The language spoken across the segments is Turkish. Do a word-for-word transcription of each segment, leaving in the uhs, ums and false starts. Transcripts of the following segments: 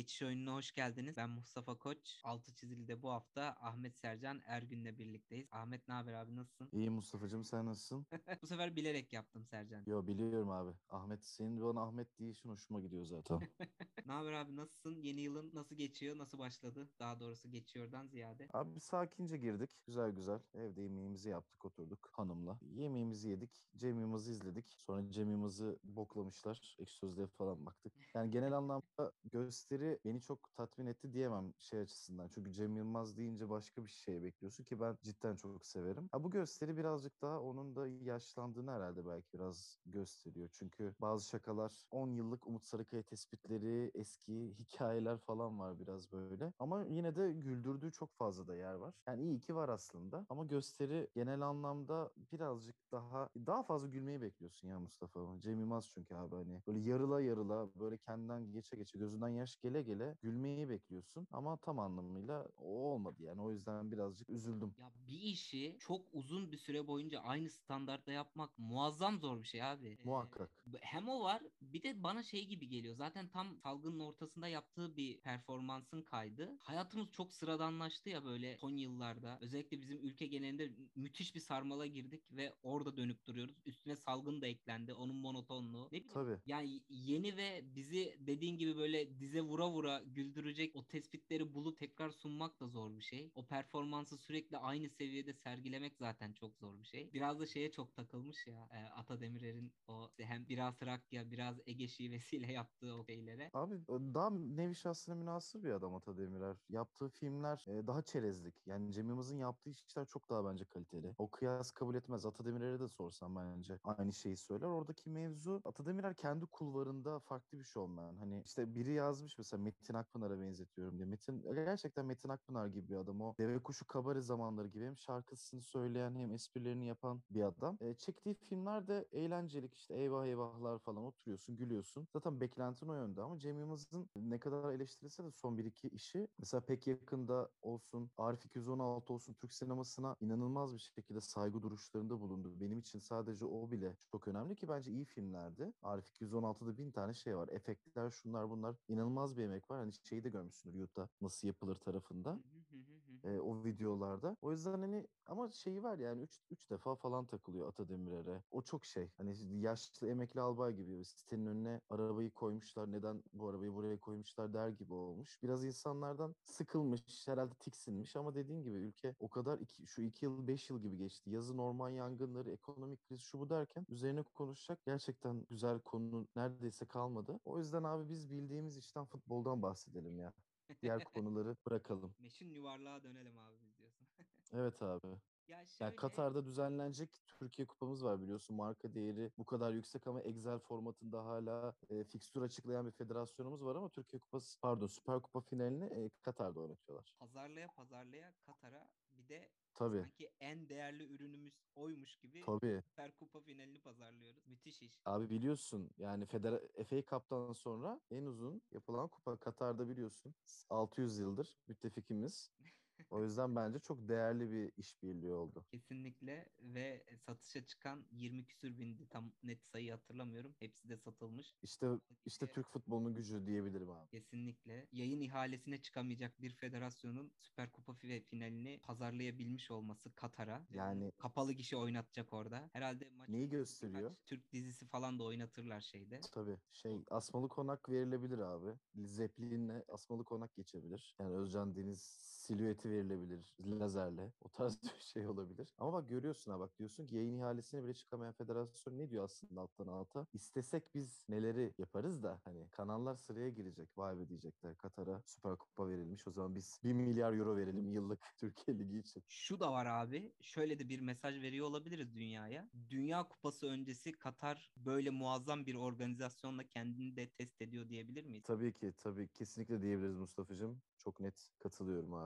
Geçiş oyununa hoş geldiniz. Ben Mustafa Koç. Altı çizilide bu hafta Ahmet Sercan Ergün'le birlikteyiz. Ahmet ne haber abi, nasılsın? İyi Mustafa'cığım, sen nasılsın? Bu sefer bilerek yaptım Sercan. Yo, biliyorum abi. Ahmet, senin bana Ahmet deyişin hoşuma gidiyor zaten. Ne haber abi, nasılsın? Yeni yılın nasıl geçiyor? Nasıl başladı? Daha doğrusu geçiyordan ziyade. Abi sakince girdik. Güzel güzel. Evde yemeğimizi yaptık, oturduk hanımla. Yemeğimizi yedik. Cem Yılmaz'ı izledik. Sonra Cem Yılmaz'ı boklamışlar. Ekşi Sözlüğe falan baktık. Yani genel anlamda gösteri beni çok tatmin etti diyemem şey açısından. Çünkü Cem Yılmaz deyince başka bir şey bekliyorsun ki ben cidden çok severim. Ha, bu gösteri birazcık daha onun da yaşlandığını herhalde belki biraz gösteriyor. Çünkü bazı şakalar on yıllık Umut Sarıkaya tespitleri, eski hikayeler falan var biraz böyle. Ama yine de güldürdüğü çok fazla da yer var. Yani iyi ki var aslında. Ama gösteri genel anlamda birazcık daha daha fazla gülmeyi bekliyorsun ya Mustafa. Cem Yılmaz çünkü abi hani böyle yarıla yarıla böyle kendinden geçe geçe gözünden yaş gele gele gülmeyi bekliyorsun. Ama tam anlamıyla o olmadı yani. O yüzden birazcık üzüldüm. Ya bir işi çok uzun bir süre boyunca aynı standartta yapmak muazzam zor bir şey abi. Muhakkak. Ee, hem o var, bir de bana şey gibi geliyor. Zaten tam salgının ortasında yaptığı bir performansın kaydı. Hayatımız çok sıradanlaştı ya böyle son yıllarda. Özellikle bizim ülke genelinde müthiş bir sarmala girdik ve orada dönüp duruyoruz. Üstüne salgın da eklendi. Onun monotonluğu. Ne bileyim, Tabii. yani yeni ve bizi dediğin gibi böyle dize vura vura güldürecek o tespitleri bulup tekrar sunmak da zor bir şey. O performansı sürekli aynı seviyede sergilemek zaten çok zor bir şey. Biraz da şeye çok takılmış ya, e, Ata Demirer'in o işte hem biraz Trakya biraz Ege şivesiyle yaptığı o şeylere. Abi daha nevi şahsına münhasır bir adam Ata Demirer. Yaptığı filmler e, daha çerezlik. Yani Cem Yılmaz'ın yaptığı işler çok daha bence kaliteli. O kıyas kabul etmez. Ata Demirer'e de sorsam bence aynı şeyi söyler. Oradaki mevzu Ata Demirer kendi kulvarında farklı bir şovmen. Hani işte biri yazmış mesela Metin Akpınar'a benzetiyorum diye. Metin gerçekten Metin Akpınar gibi bir adam. O Deve Kuşu Kabare zamanları gibi hem şarkısını söyleyen hem esprilerini yapan bir adam. E, çektiği filmler de eğlencelik işte eyvah eyvahlar falan oturuyorsun gülüyorsun. Zaten beklentin o yönde ama Cem Yılmaz'ın ne kadar eleştirilse de son bir iki işi mesela pek yakında olsun Arif iki yüz on altı olsun Türk sinemasına inanılmaz bir şekilde saygı duruşlarında bulundu. Benim için sadece o bile çok önemli ki bence iyi filmlerdi. Arif iki yüz on altıda bin tane şey var. Efektler şunlar bunlar inanılmaz bir emek var. Hani şeyi de görmüşsündür YouTube'da nasıl yapılır tarafında e, o videolarda. O yüzden hani ama şeyi var yani üç üç defa falan takılıyor Ata Demirer'e. O çok şey. Hani yaşlı emekli albay gibi sitenin önüne arabayı koymuşlar. Neden bu arabayı buraya koymuşlar der gibi olmuş. Biraz insanlardan sıkılmış, herhalde tiksinmiş ama dediğin gibi ülke o kadar iki, şu iki yıl beş yıl gibi geçti. Yazın orman yangınları, ekonomik kriz şu bu derken üzerine konuşacak gerçekten güzel konu neredeyse kalmadı. O yüzden abi biz bildiğimiz işten futboldan bahsedelim ya. Diğer konuları bırakalım. Meşin yuvarlığa dönelim abi biz diyorsun. Evet abi. Ya Yani şöyle, Katar'da düzenlenecek Türkiye Kupamız var biliyorsun. Marka değeri bu kadar yüksek ama Excel formatında hala e, fikstür açıklayan bir federasyonumuz var ama Türkiye Kupası pardon Süper Kupa finalini e, Katar'da oynatıyorlar. pazarlaya pazarlaya Katar'a bir de Tabii. sanki en değerli ürünümüz oymuş gibi Tabii. Süper Kupa finalini pazarlıyoruz. Müthiş iş. Abi biliyorsun yani Federa F A Cup'tan sonra en uzun yapılan kupa Katar'da biliyorsun. altı yüz yıldır müttefikimiz. O yüzden bence çok değerli bir işbirliği oldu. Kesinlikle, ve satışa çıkan yirmi küsür bindi. Tam net sayı hatırlamıyorum. Hepsi de satılmış. İşte işte Kişiye Türk futbolunun gücü diyebilirim abi. kesinlikle yayın ihalesine çıkamayacak bir federasyonun Süper Kupa fi- finalini pazarlayabilmiş olması Katar'a ve onu Yani kapalı gişe oynatacak orada. Herhalde maçın neyi önünde gösteriyor? birkaç Türk dizisi falan da oynatırlar şeyde. Tabii şey O Asmalı Konak verilebilir abi. Zeppelin'le Asmalı Konak geçebilir. Yani Özcan Deniz silüeti verilebilir lazerle. O tarz bir şey olabilir. Ama bak görüyorsun ha bak diyorsun ki yayın ihalesine bile çıkamayan federasyon ne diyor aslında alttan alta? İstesek biz neleri yaparız da hani kanallar sıraya girecek. Vay be diyecekler. Katar'a Süper Kupa verilmiş. O zaman biz bir milyar euro verelim yıllık Türkiye Ligi için. Şu da var abi. Şöyle de bir mesaj veriyor olabiliriz dünyaya. Dünya Kupası öncesi Katar böyle muazzam bir organizasyonla kendini de test ediyor diyebilir miyiz? Tabii ki tabii kesinlikle diyebiliriz Mustafa'cığım. Çok net katılıyorum abi. Önemli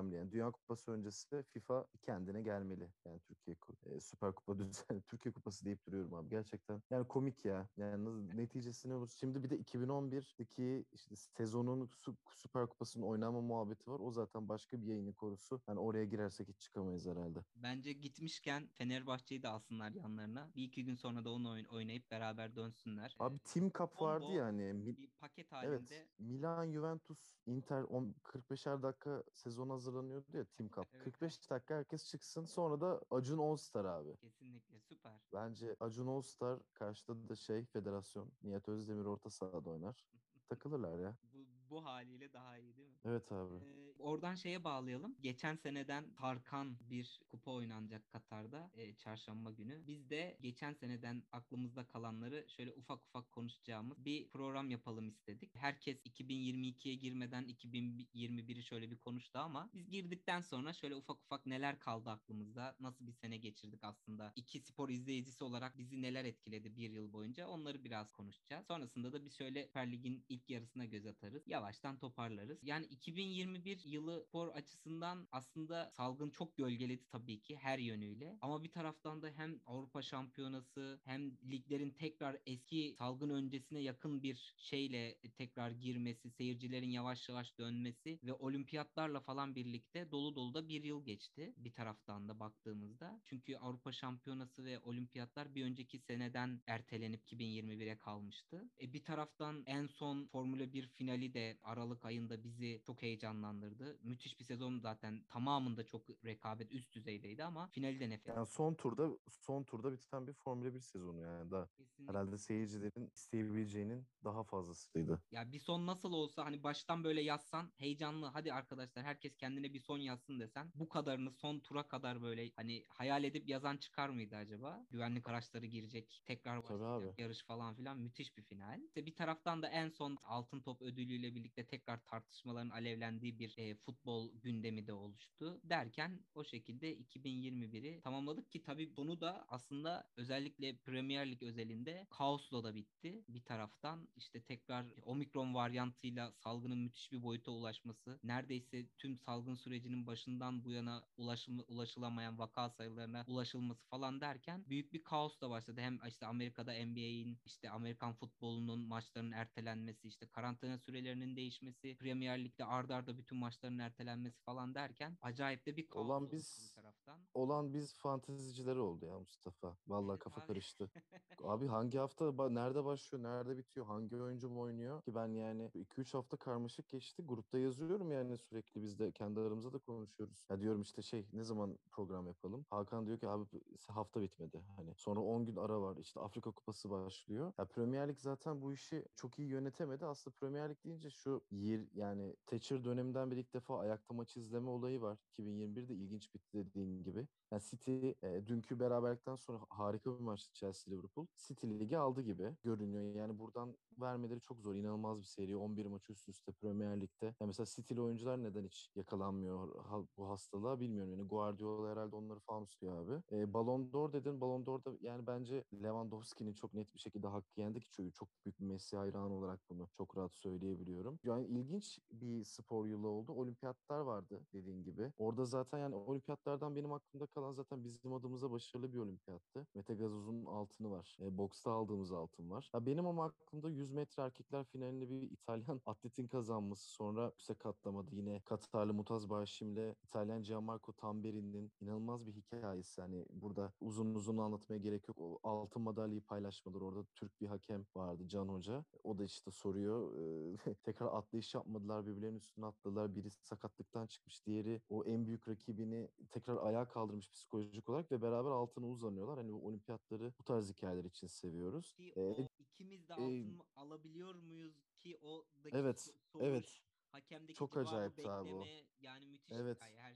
önemli. Yani Dünya Kupası öncesi FIFA kendine gelmeli. Yani Türkiye Ku- e, Süper Kupa düzenli. Türkiye Kupası deyip duruyorum abi. Gerçekten. Yani komik ya. Yani nasıl- neticesi ne olur? Şimdi bir de iki bin on birdeki işte sezonun Sü- Süper Kupası'nın oynanma muhabbeti var. O zaten başka bir yayının konusu. Yani oraya girersek hiç çıkamayız herhalde. Bence gitmişken Fenerbahçe'yi de alsınlar yanlarına. Bir iki gün sonra da onu oyn- oynayıp beraber dönsünler. Abi Ee, Team Cup vardı combo ya hani. bir paket Evet. halinde. Milan, Juventus, Inter on, kırk beşer dakika sezon hazırlanıyordu ya Team Cup. Evet, kırk evet. beş dakika herkes çıksın. Sonra da Acun All Star abi. Kesinlikle süper. Bence Acun All Star karşıda da şey federasyon. Nihat Özdemir orta sahada oynar. Takılırlar ya. Bu, bu haliyle daha iyi değil mi? Evet abi. Ee, oradan şeye bağlayalım. Geçen seneden Tarkan bir kupa oynanacak Katar'da e, çarşamba günü. Biz de geçen seneden aklımızda kalanları şöyle ufak ufak konuşacağımız bir program yapalım istedik. Herkes iki bin yirmi ikiye girmeden iki bin yirmi biri şöyle bir konuştu ama biz girdikten sonra şöyle ufak ufak neler kaldı aklımızda, nasıl bir sene geçirdik aslında. İki spor izleyicisi olarak bizi neler etkiledi bir yıl boyunca onları biraz konuşacağız. Sonrasında da bir şöyle Süper Lig'in ilk yarısına göz atarız. Yavaştan toparlarız. Yani iki bin yirmi bir yılı spor açısından aslında salgın çok gölgeledi tabii ki her yönüyle. Ama bir taraftan da hem Avrupa Şampiyonası hem liglerin tekrar eski salgın öncesine yakın bir şeyle tekrar girmesi, seyircilerin yavaş yavaş dönmesi ve olimpiyatlarla falan birlikte dolu dolu da bir yıl geçti bir taraftan da baktığımızda. Çünkü Avrupa Şampiyonası ve olimpiyatlar bir önceki seneden ertelenip iki bin yirmi bire kalmıştı. E bir taraftan en son Formula bir finali de Aralık ayında bizi çok heyecanlandırdı. Müthiş bir sezon zaten tamamında çok rekabet üst düzeydeydi ama finali de nefes. Yani son turda son turda biten bir Formula bir sezonu yani da Kesinlikle. herhalde seyircilerin isteyebileceğinin daha fazlasıydı. Ya bir son nasıl olsa hani baştan böyle yazsan heyecanlı hadi arkadaşlar herkes kendine bir son yazsın desen bu kadarını son tura kadar böyle hani hayal edip yazan çıkar mıydı acaba? Güvenlik araçları girecek, tekrar Tabii başlayacak abi. yarış falan filan müthiş bir final. İşte bir taraftan da en son Altın Top ödülüyle birlikte tekrar tartışmaların alevlendiği bir e, futbol gündemi de oluştu. Derken o şekilde iki bin yirmi biri tamamladık ki tabii sonu da aslında özellikle Premier Lig özelinde kaosla da bitti. Bir taraftan işte tekrar omikron varyantıyla salgının müthiş bir boyuta ulaşması, neredeyse tüm salgın sürecinin başından bu yana ulaşım, ulaşılamayan vaka sayılarına ulaşılması falan derken büyük bir kaosla başladı. Hem işte Amerika'da N B A'in, işte Amerikan futbolunun maçlarının ertelenmesi, işte karantina sürelerinin değişmesi, Premier Lig'de arda arda bütün maçların ertelenmesi falan derken acayip de bir kaos Olan oluştu bir biz taraftan. olan biz fantezicileri oldu ya Mustafa. Vallahi Evet kafa abi. karıştı. Abi hangi hafta ba- nerede başlıyor, nerede bitiyor, hangi oyuncu mu oynuyor ki ben yani iki üç hafta karmaşık geçti. Grupta yazıyorum yani sürekli biz de kendi aramızda da konuşuyoruz. Ya diyorum işte şey ne zaman program yapalım? Hakan diyor ki abi bu hafta bitmedi. Hani sonra on gün ara var. İşte Afrika Kupası başlıyor. Ya Premier Lig zaten bu işi çok iyi yönetemedi. Aslında Premier Lig deyince şu yer yani Thatcher döneminden beri ilk defa ayakta maç izleme olayı var. iki bin yirmi birde ilginç bitti dediğin gibi. Yani City e, dünkü beraberlikten sonra harika bir maçtı Chelsea Liverpool. City ligi aldı gibi görünüyor. Yani buradan vermeleri çok zor. İnanılmaz bir seri. on bir maç üst üste Premier Lig'de. Yani mesela City'li oyuncular neden hiç yakalanmıyor ha- bu hastalığa bilmiyorum. Yani Guardiola herhalde onları falan tutuyor abi. E, Ballon d'Or dedin. Ballon d'Or'da yani bence Lewandowski'nin çok net bir şekilde hakkı yendi ki çünkü çok büyük bir Messi hayranı olarak bunu çok rahat söyleyebiliyorum. Yani ilginç bir spor yılı oldu. Olimpiyatlar vardı dediğin gibi. Orada zaten yani olimpiyatlardan benim aklımda kalan zaten bizim adımıza başarılı bir olimpiyattı. Mete Gazoz'un altını var. E, boksta aldığımız altın var. Ya benim ama aklımda yüz metre erkekler finalinde bir İtalyan atletin kazanması. Sonra yüksek atlamada yine Katarlı Mutaz Başim'le İtalyan Gianmarco Tamberi'nin inanılmaz bir hikayesi. Hani burada uzun uzun anlatmaya gerek yok. O altın madalyayı paylaşmaları. Orada Türk bir hakem vardı Can Hoca. O da işte soruyor. e, tekrar atlayış yapmadılar. Birbirlerinin üstüne atladılar. Biri sakatlıktan çıkmış. Diğeri o en büyük rakibini tekrar ayağa kaldırmış psikolojik olarak ve beraber altına uzanıyorlar. Hani bu olimpiyatları bu tarz hikayeler için seviyoruz. Ki E, o ikimiz de e, altın mı alabiliyor muyuz ki oradaki evet, so- soruş, evet. hakemdeki Çok cevabı acayipti abi o. bekleme yani müthiş Evet. hikaye her şeyiyle.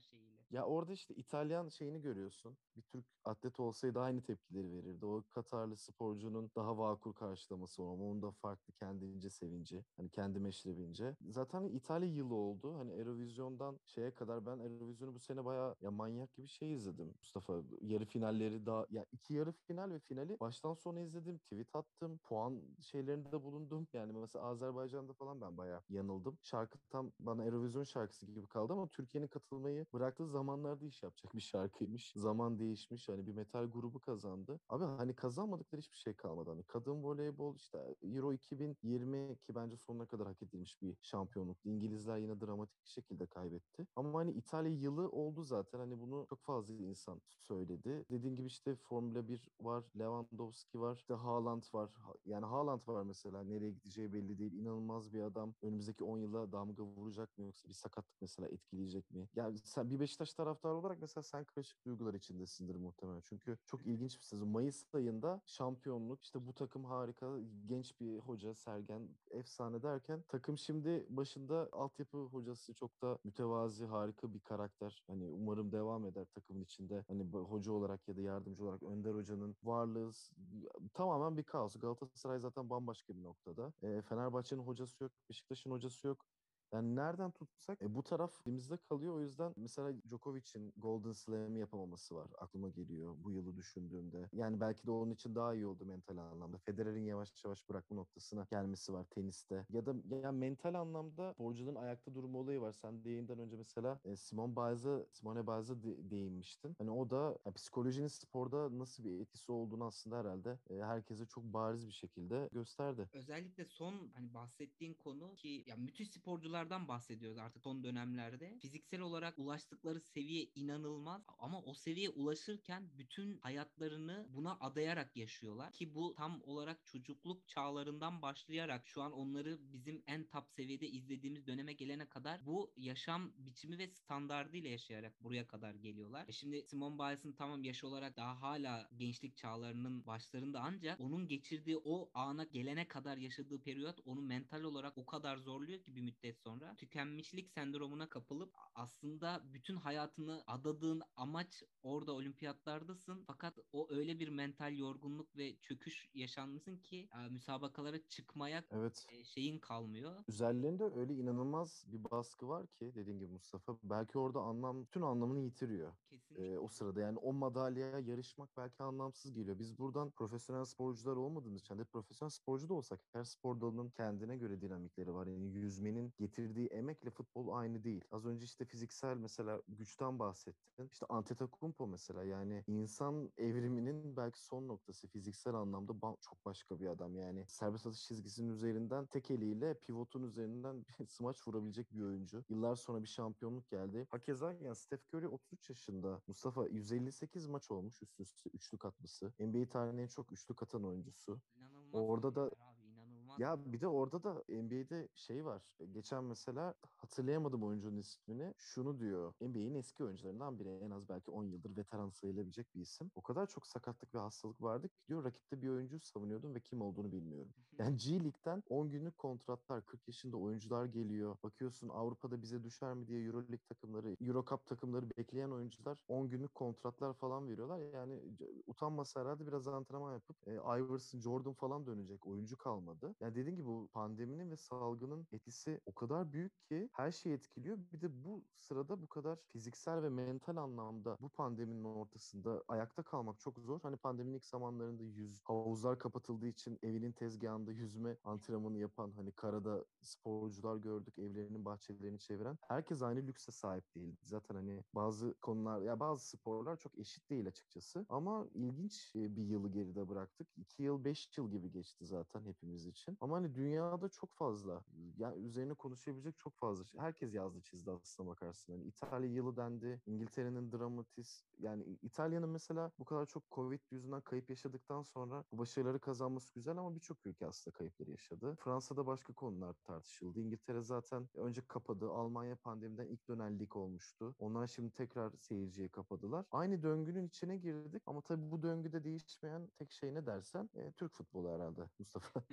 Ya orada işte İtalyan şeyini görüyorsun. Bir Türk atlet olsaydı aynı tepkileri verirdi. O Katarlı sporcunun daha vakur karşılaması var ama onun da farklı kendince sevinci. Hani kendi meşrebince. Zaten İtalya yılı oldu. Hani Eurovision'dan şeye kadar ben Eurovision'u bu sene bayağı ya manyak gibi şey izledim. Mustafa yarı finalleri daha ya iki yarı final ve finali baştan sona izledim. Tweet attım. Puan şeylerinde bulundum. Yani mesela Azerbaycan'da falan ben bayağı yanıldım. Şarkı tam bana Eurovision şarkısı gibi kaldı ama Türkiye'nin katılmayı bıraktığı zamanlarda iş yapacak bir şarkıymış. Zaman değişmiş. Hani bir metal grubu kazandı. Abi hani kazanmadıkları hiçbir şey kalmadı. Hani kadın voleybol işte Euro iki bin yirmi ki bence sonuna kadar hak edilmiş bir şampiyonluktu. İngilizler yine dramatik bir şekilde kaybetti. Ama hani İtalya yılı oldu zaten. Hani bunu çok fazla insan söyledi. Dediğin gibi işte Formula bir var, Lewandowski var, işte Haaland var. Ha- Yani Haaland var mesela. Nereye gideceği belli değil. İnanılmaz bir adam. Önümüzdeki on yıla damga vuracak mı yoksa bir sakatlık mesela etkileyecek mi? Yani sen bir Beşiktaş taraftarı olarak mesela sen karışık duygular içindesindir muhtemelen. Çünkü çok ilginç bir sezon. Mayıs ayında şampiyonluk, işte bu takım harika, genç bir hoca Sergen efsane derken takım şimdi başında altyapı hocası çok da mütevazi, harika bir karakter. Hani umarım devam eder takımın içinde. Hani bu hoca olarak ya da yardımcı olarak Önder Hoca'nın varlığı s- tamamen bir kaos. Galatasaray zaten bambaşka bir noktada. E, Fenerbahçe'nin hocası yok, Beşiktaş'ın hocası yok. Yani nereden tutsak e, bu taraf elimizde kalıyor. O yüzden mesela Djokovic'in Golden Slam'ı yapamaması var. Aklıma geliyor bu yılı düşündüğümde. Yani belki de onun için daha iyi oldu mental anlamda. Federer'in yavaş yavaş bırakma noktasına gelmesi var teniste. Ya da ya mental anlamda sporcuların ayakta durma olayı var. Sen de yayından önce mesela e, Simone Biles'a Simone Biles'a de- değinmiştin. Hani o da ya, psikolojinin sporda nasıl bir etkisi olduğunu aslında herhalde e, herkese çok bariz bir şekilde gösterdi. Özellikle son hani bahsettiğin konu ki ya müthiş sporculardan bahsediyoruz artık son dönemlerde. Fiziksel olarak ulaştıkları seviye inanılmaz ama o seviyeye ulaşırken bütün hayatlarını buna adayarak yaşıyorlar ki bu tam olarak çocukluk çağlarından başlayarak şu an onları bizim en top seviyede izlediğimiz döneme gelene kadar bu yaşam biçimi ve standardıyla yaşayarak buraya kadar geliyorlar. E şimdi Simone Biles'ın tamam yaş olarak daha hala gençlik çağlarının başlarında ancak onun geçirdiği o ana gelene kadar yaşadığı periyot onu mental olarak o kadar zorluyor ki bir müddet sonra tükenmişlik sendromuna kapılıp aslında bütün hayatını adadığın amaç orada olimpiyatlardasın fakat o öyle bir mental yorgunluk ve çöküş yaşanmışsın ki e, müsabakalara çıkmaya Evet. e, şeyin kalmıyor. Üzerlerinde öyle inanılmaz bir baskı var ki dediğin gibi Mustafa belki orada anlam bütün anlamını yitiriyor. Ee, o Kesinlikle. sırada yani o madalyaya yarışmak belki anlamsız geliyor. Biz buradan profesyonel sporcular olmadığımız için de profesyonel sporcu da olsak her spor dalının kendine göre dinamikleri var. Yani yüzmenin getirdiği emekle futbol aynı değil. Az önce işte fiziksel mesela güçten bahsettin. İşte Antetokounmpo mesela yani insan evriminin belki son noktası fiziksel anlamda ba- çok başka bir adam. Yani serbest atış çizgisinin üzerinden tek eliyle pivotun üzerinden bir smaç vurabilecek bir oyuncu. Yıllar sonra bir şampiyonluk geldi. Hakeza yani Steph Curry otuz üç yaşında. Mustafa yüz elli sekiz maç olmuş üst üste üçlük atması. N B A tarihinin en çok üçlük atan oyuncusu. İnanılmaz Orada da sayılar abi inanılmaz. ya bir de orada da N B A'de şey var. Geçen mesela hatırlayamadım oyuncunun ismini. Şunu diyor. N B A'in eski oyuncularından biri. En az belki on yıldır veteran sayılabilecek bir isim. O kadar çok sakatlık ve hastalık vardı ki diyor rakipte bir oyuncu savunuyordum ve kim olduğunu bilmiyorum. Yani G League'den on günlük kontratlar, kırk yaşında oyuncular geliyor. Bakıyorsun Avrupa'da bize düşer mi diye Euroleague takımları, Euro Cup takımları bekleyen oyuncular on günlük kontratlar falan veriyorlar. Yani utanmasa herhalde biraz antrenman yapıp e, Iverson, Jordan falan dönecek. Oyuncu kalmadı. Yani dediğim gibi bu pandeminin ve salgının etkisi o kadar büyük ki her şeyi etkiliyor. Bir de bu sırada bu kadar fiziksel ve mental anlamda bu pandeminin ortasında ayakta kalmak çok zor. Hani pandeminin ilk zamanlarında yüz havuzlar kapatıldığı için evinin tezgahında yüzme antrenmanı yapan hani karada sporcular gördük. Evlerinin bahçelerini çeviren. Herkes aynı lükse sahip değil. Zaten hani bazı konular ya bazı sporlar çok eşit değil açıkçası. Ama ilginç e, bir yılı geride bıraktık. İki yıl, beş yıl gibi geçti zaten hepimiz için. Ama hani dünyada çok fazla yani üzerine konuşabilecek çok fazla şey. Herkes yazdı çizdi aslına bakarsın. Hani İtalya yılı dendi. İngiltere'nin dramatiz yani İtalya'nın mesela bu kadar çok Covid yüzünden kayıp yaşadıktan sonra bu başarıları kazanması güzel ama birçok ülke aslında kayıpları yaşadı. Fransa'da başka konular tartışıldı. İngiltere zaten önce kapadı. Almanya pandemiden ilk dönen lig olmuştu. Onlar şimdi tekrar seyirciye kapadılar. Aynı döngünün içine girdik ama tabii bu döngüde değişmeyen tek şey ne dersen e, Türk futbolu herhalde Mustafa.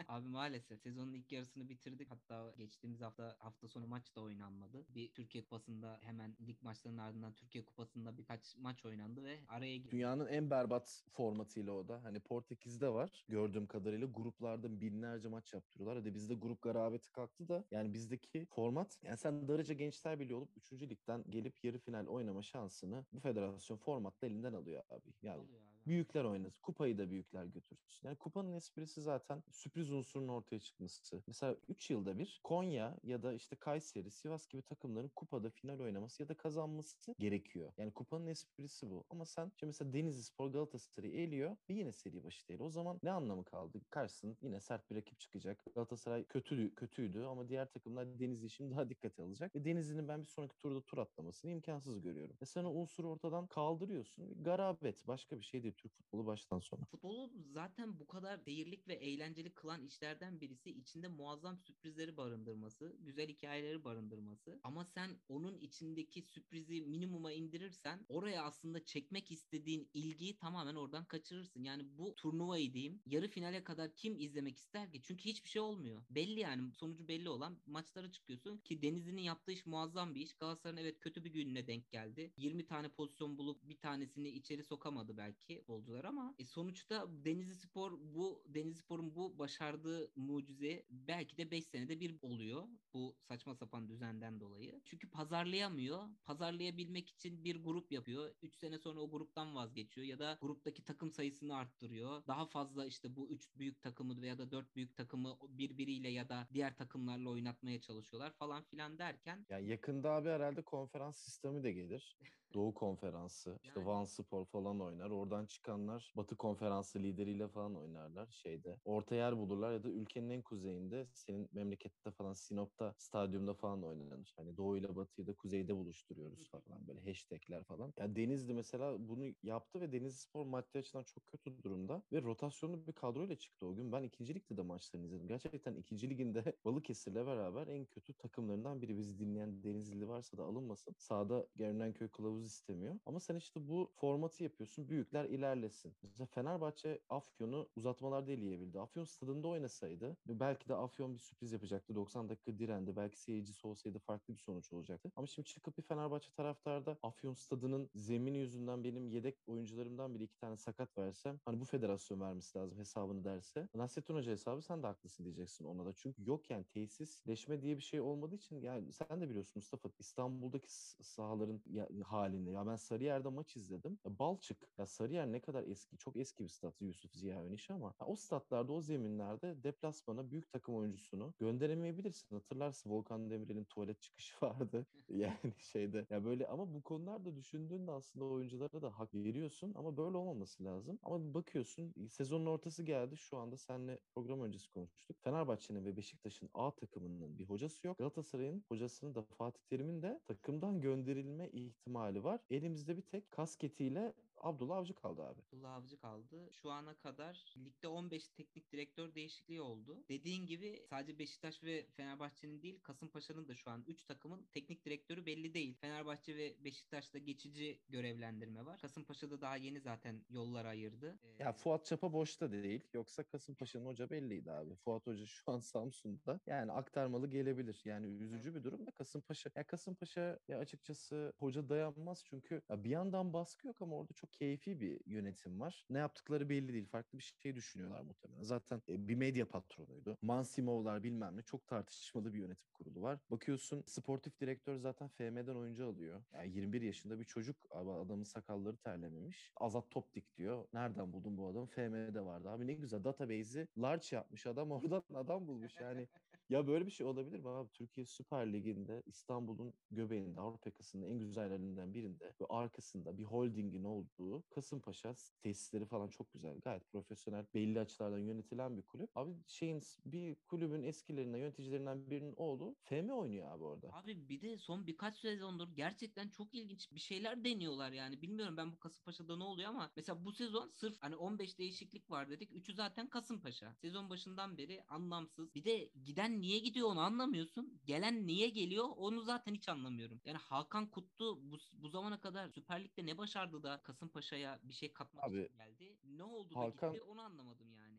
Abi maalesef sezonun ilk yarısını bitirdik. Hatta geçtiğimiz hafta hafta sonu maç da oynanmadı. Bir Türkiye Kupası'nda hemen lig maçlarının ardından Türkiye Kupası'nda birkaç maç oynandı ve araya girdi. Dünyanın en berbat formatıyla o da. Hani Portekiz'de var gördüğüm kadarıyla, gruplarda binlerce maç yaptırıyorlar. Hadi bizde grup garabeti kalktı da yani bizdeki format, yani sen Darıca Gençler Birliği olup üçüncü ligden gelip yarı final oynama şansını bu federasyon formatla elinden alıyor abi. Yani Alıyor abi. büyükler oynasın. Kupayı da büyükler götürsün. Yani kupanın esprisi zaten sürpriz unsurun ortaya çıkması. Mesela üç yılda bir Konya ya da işte Kayseri, Sivas gibi takımların kupada final oynaması ya da kazanması gerekiyor. Yani kupanın esprisi bu. Ama sen şimdi mesela Denizlispor Galatasaray'ı eliyor ve yine seri başı değil. O zaman ne anlamı kaldı? Karşısında yine sert bir rakip çıkacak. Galatasaray kötü, kötüydü ama diğer takımlar Denizli şimdi daha dikkate alacak. Ve Denizli'nin ben bir sonraki turda tur atlamasını imkansız görüyorum. E sen o unsuru ortadan kaldırıyorsun. Garabet. Başka bir şey değil Türk futbolu baştan sona. Futbolu zaten bu kadar seyirlik ve eğlenceli kılan işlerden birisi içinde muazzam sürprizleri barındırması, güzel hikayeleri barındırması. Ama sen onun içindeki sürprizi minimuma indirirsen oraya aslında çekmek istediğin ilgiyi tamamen oradan kaçırırsın. Yani bu turnuvayı diyeyim yarı finale kadar kim izlemek ister ki? Çünkü hiçbir şey olmuyor. Belli yani sonucu belli olan maçlara çıkıyorsun ki Denizli'nin yaptığı iş muazzam bir iş. Galatasaray'ın evet kötü bir gününe denk geldi. yirmi tane pozisyon bulup bir tanesini içeri sokamadı belki futbolcular ama e, sonuçta Denizlispor bu Denizlispor'un bu başardığı mucize belki de beş senede bir oluyor. Bu saçma sapan düzenden dolayı. Çünkü pazarlayamıyor. Pazarlayabilmek için bir grup yapıyor. üç sene sonra o gruptan vazgeçiyor ya da gruptaki takım sayısını arttırıyor. Daha fazla işte bu üç büyük takımı veya da dört büyük takımı birbiriyle ya da diğer takımlarla oynatmaya çalışıyorlar falan filan derken Yani yakında abi herhalde konferans sistemi de gelir. Doğu Konferansı, işte yani Vanspor falan oynar. Oradan çıkanlar Batı Konferansı lideriyle falan oynarlar şeyde. Orta yer bulurlar ya da ülkenin en kuzeyinde, senin memlekette falan Sinop'ta stadyumda falan oynanır. Hani Doğu ile Batı'yı da kuzeyde buluşturuyoruz falan, böyle hashtagler falan. Ya Denizli mesela bunu yaptı ve Denizlispor maddi açıdan çok kötü durumda ve rotasyonlu bir kadroyla çıktı o gün. Ben ikinci ligde de maçlarını izledim. Gerçekten ikinci liginde Balıkesir'le beraber en kötü takımlarından biri. Bizi dinleyen Denizli varsa da alınmasın. Sahada Görünenköy kılavuz istemiyor. Ama sen işte bu formatı yapıyorsun. Büyükler ilerlesin. Mesela Fenerbahçe Afyon'u uzatmalarda eleyebildi. Afyon stadında oynasaydı belki de Afyon bir sürpriz yapacaktı. doksan dakika direndi. Belki seyircisi olsaydı farklı bir sonuç olacaktı. Ama şimdi çıkıp bir Fenerbahçe taraftarda Afyon stadının zemini yüzünden benim yedek oyuncularımdan biri iki tane sakat versem, hani bu federasyon vermesi lazım hesabını derse, Nasrettin Hoca hesabı sen de haklısın diyeceksin ona da. Çünkü yok yani, tesisleşme diye bir şey olmadığı için, yani sen de biliyorsun Mustafa, İstanbul'daki sahaların ya, halini. Ya ben Sarıyer'de maç izledim. Ya Balçık. Ya Sarıyer ne kadar eski. Çok eski bir stat, Yusuf Ziya Önüş, ama ya o statlarda, o zeminlerde deplasmana büyük takım oyuncusunu gönderemeyebilirsin. Hatırlarsın Volkan Demirel'in tuvalet çıkışı vardı. Yani şeyde. Ya böyle, ama bu konularda düşündüğünde aslında oyunculara da hak veriyorsun ama böyle olmaması lazım. Ama bakıyorsun sezonun ortası geldi. Şu anda seninle program öncesi konuştuk. Fenerbahçe'nin ve Beşiktaş'ın A takımının bir hocası yok. Galatasaray'ın hocasının da, Fatih Terim'in de takımdan gönderilme ihtimali var. Elimizde bir tek kasketiyle Abdullah Avcı kaldı abi. Abdullah Avcı kaldı. Şu ana kadar ligde on beş teknik direktör değişikliği oldu. Dediğin gibi sadece Beşiktaş ve Fenerbahçe'nin değil, Kasımpaşa'nın da şu an üç takımın teknik direktörü belli değil. Fenerbahçe ve Beşiktaş'ta geçici görevlendirme var. Kasımpaşa'da daha yeni zaten yollar ayırdı. Ya Ee, Fuat Çapa boşta değil. Yoksa Kasımpaşa'nın hoca belliydi abi. Fuat Hoca şu an Samsun'da. Yani aktarmalı gelebilir. Yani üzücü bir durum da Kasımpaşa. Ya Kasımpaşa, ya açıkçası hoca dayanmaz çünkü ya bir yandan baskı yok ama orada çok keyfi bir yönetim var. Ne yaptıkları belli değil. Farklı bir şey düşünüyorlar muhtemelen. Zaten e, bir medya patronuydu. Mansimovlar bilmem ne, çok tartışmalı bir yönetim kurulu var. Bakıyorsun sportif direktör zaten F M'den oyuncu alıyor. Yani yirmi bir yaşında bir çocuk, abi adamın sakalları terlememiş. Azat Toptik diyor. Nereden buldun bu adamı? F M'de vardı. Abi ne güzel, database'i large yapmış adam, oradan adam bulmuş yani. Ya böyle bir şey olabilir mi abi? Türkiye Süper Ligi'nde, İstanbul'un göbeğinde, Avrupa yakasının en güzel yerlerinden birinde ve arkasında bir holdingin olduğu Kasımpaşa, tesisleri falan çok güzel. Gayet profesyonel, belli açılardan yönetilen bir kulüp. Abi şeyin, bir kulübün eskilerinden, yöneticilerinden birinin oğlu F M oynuyor abi orada. Abi bir de son birkaç sezondur gerçekten çok ilginç bir şeyler deniyorlar yani. Bilmiyorum ben bu Kasımpaşa'da ne oluyor ama mesela bu sezon sırf hani on beş değişiklik var dedik. Üçü zaten Kasımpaşa. Sezon başından beri anlamsız. Bir de giden niye gidiyor onu anlamıyorsun. Gelen niye geliyor onu zaten hiç anlamıyorum. Yani Hakan Kutlu bu, bu zamana kadar Süper Lig'de ne başardı da Kasımpaşa'ya bir şey katmak Abi için geldi. Ne oldu da Hakan gitti onu anlamadım yani.